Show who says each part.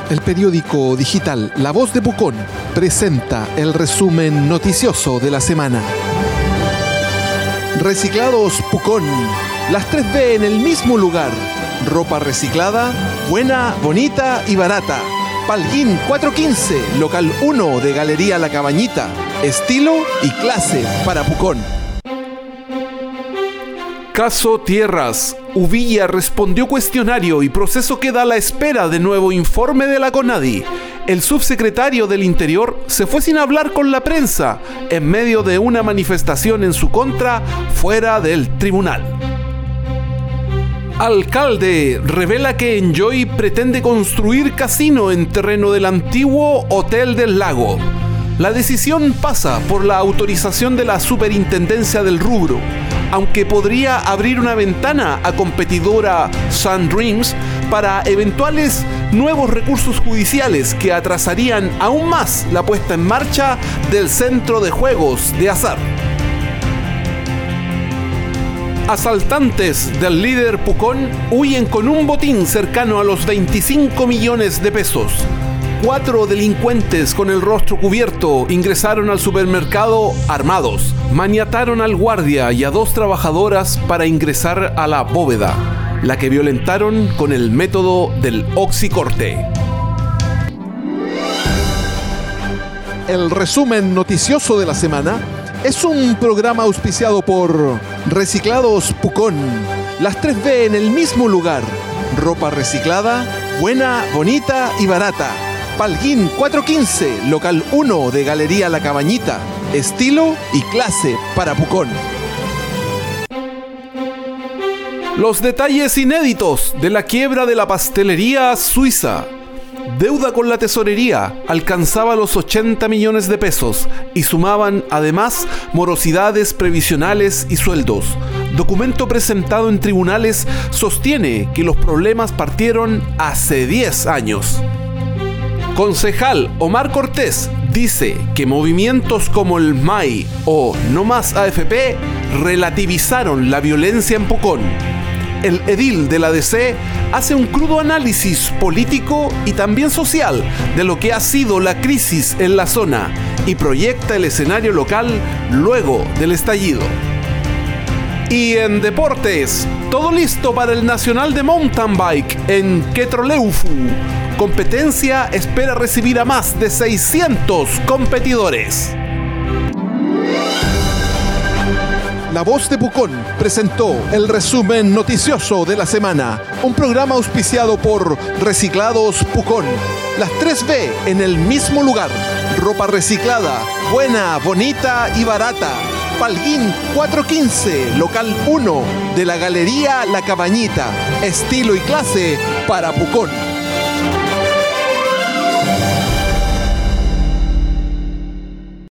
Speaker 1: El periódico digital La Voz de Pucón presenta el resumen noticioso de la semana. Reciclados Pucón, las 3B en el mismo lugar. Ropa reciclada, buena, bonita y barata. Palguín 415, local 1 de Galería La Cabañita. Estilo y clase para Pucón.
Speaker 2: Caso Tierras. Uvilla respondió cuestionario y proceso queda a la espera de nuevo informe de la CONADI. El subsecretario del Interior se fue sin hablar con la prensa en medio de una manifestación en su contra fuera del tribunal. Alcalde revela que Enjoy pretende construir casino en terreno del antiguo Hotel del Lago. La decisión pasa por la autorización de la superintendencia del rubro, aunque podría abrir una ventana a competidora Sun Dreams para eventuales nuevos recursos judiciales que atrasarían aún más la puesta en marcha del centro de juegos de azar. Asaltantes del líder Pucón huyen con un botín cercano a los 25 millones de pesos. 4 delincuentes con el rostro cubierto ingresaron al supermercado armados, maniataron al guardia y a 2 trabajadoras para ingresar a la bóveda, la que violentaron con el método del oxicorte.
Speaker 1: El resumen noticioso de la semana es un programa auspiciado por Reciclados Pucón, las 3B en el mismo lugar. Ropa reciclada, buena, bonita y barata. Palguín 415, local 1 de Galería La Cabañita. Estilo y clase para Pucón.
Speaker 2: Los detalles inéditos de la quiebra de la pastelería suiza. Deuda con la tesorería alcanzaba los 80 millones de pesos y sumaban además morosidades previsionales y sueldos. Documento presentado en tribunales sostiene que los problemas partieron hace 10 años. Concejal Omar Cortés dice que movimientos como el MAI o No Más AFP relativizaron la violencia en Pucón. El edil de la DC hace un crudo análisis político y también social de lo que ha sido la crisis en la zona y proyecta el escenario local luego del estallido. Y en deportes, todo listo para el Nacional de Mountain Bike en Quetroleufu. Competencia espera recibir a más de 600 competidores.
Speaker 1: La Voz de Pucón presentó el resumen noticioso de la semana, un programa auspiciado por Reciclados Pucón. Las 3B en el mismo lugar. Ropa reciclada, buena, bonita y barata. Palguín 415, local 1 de la Galería La Cabañita. Estilo y clase para Pucón.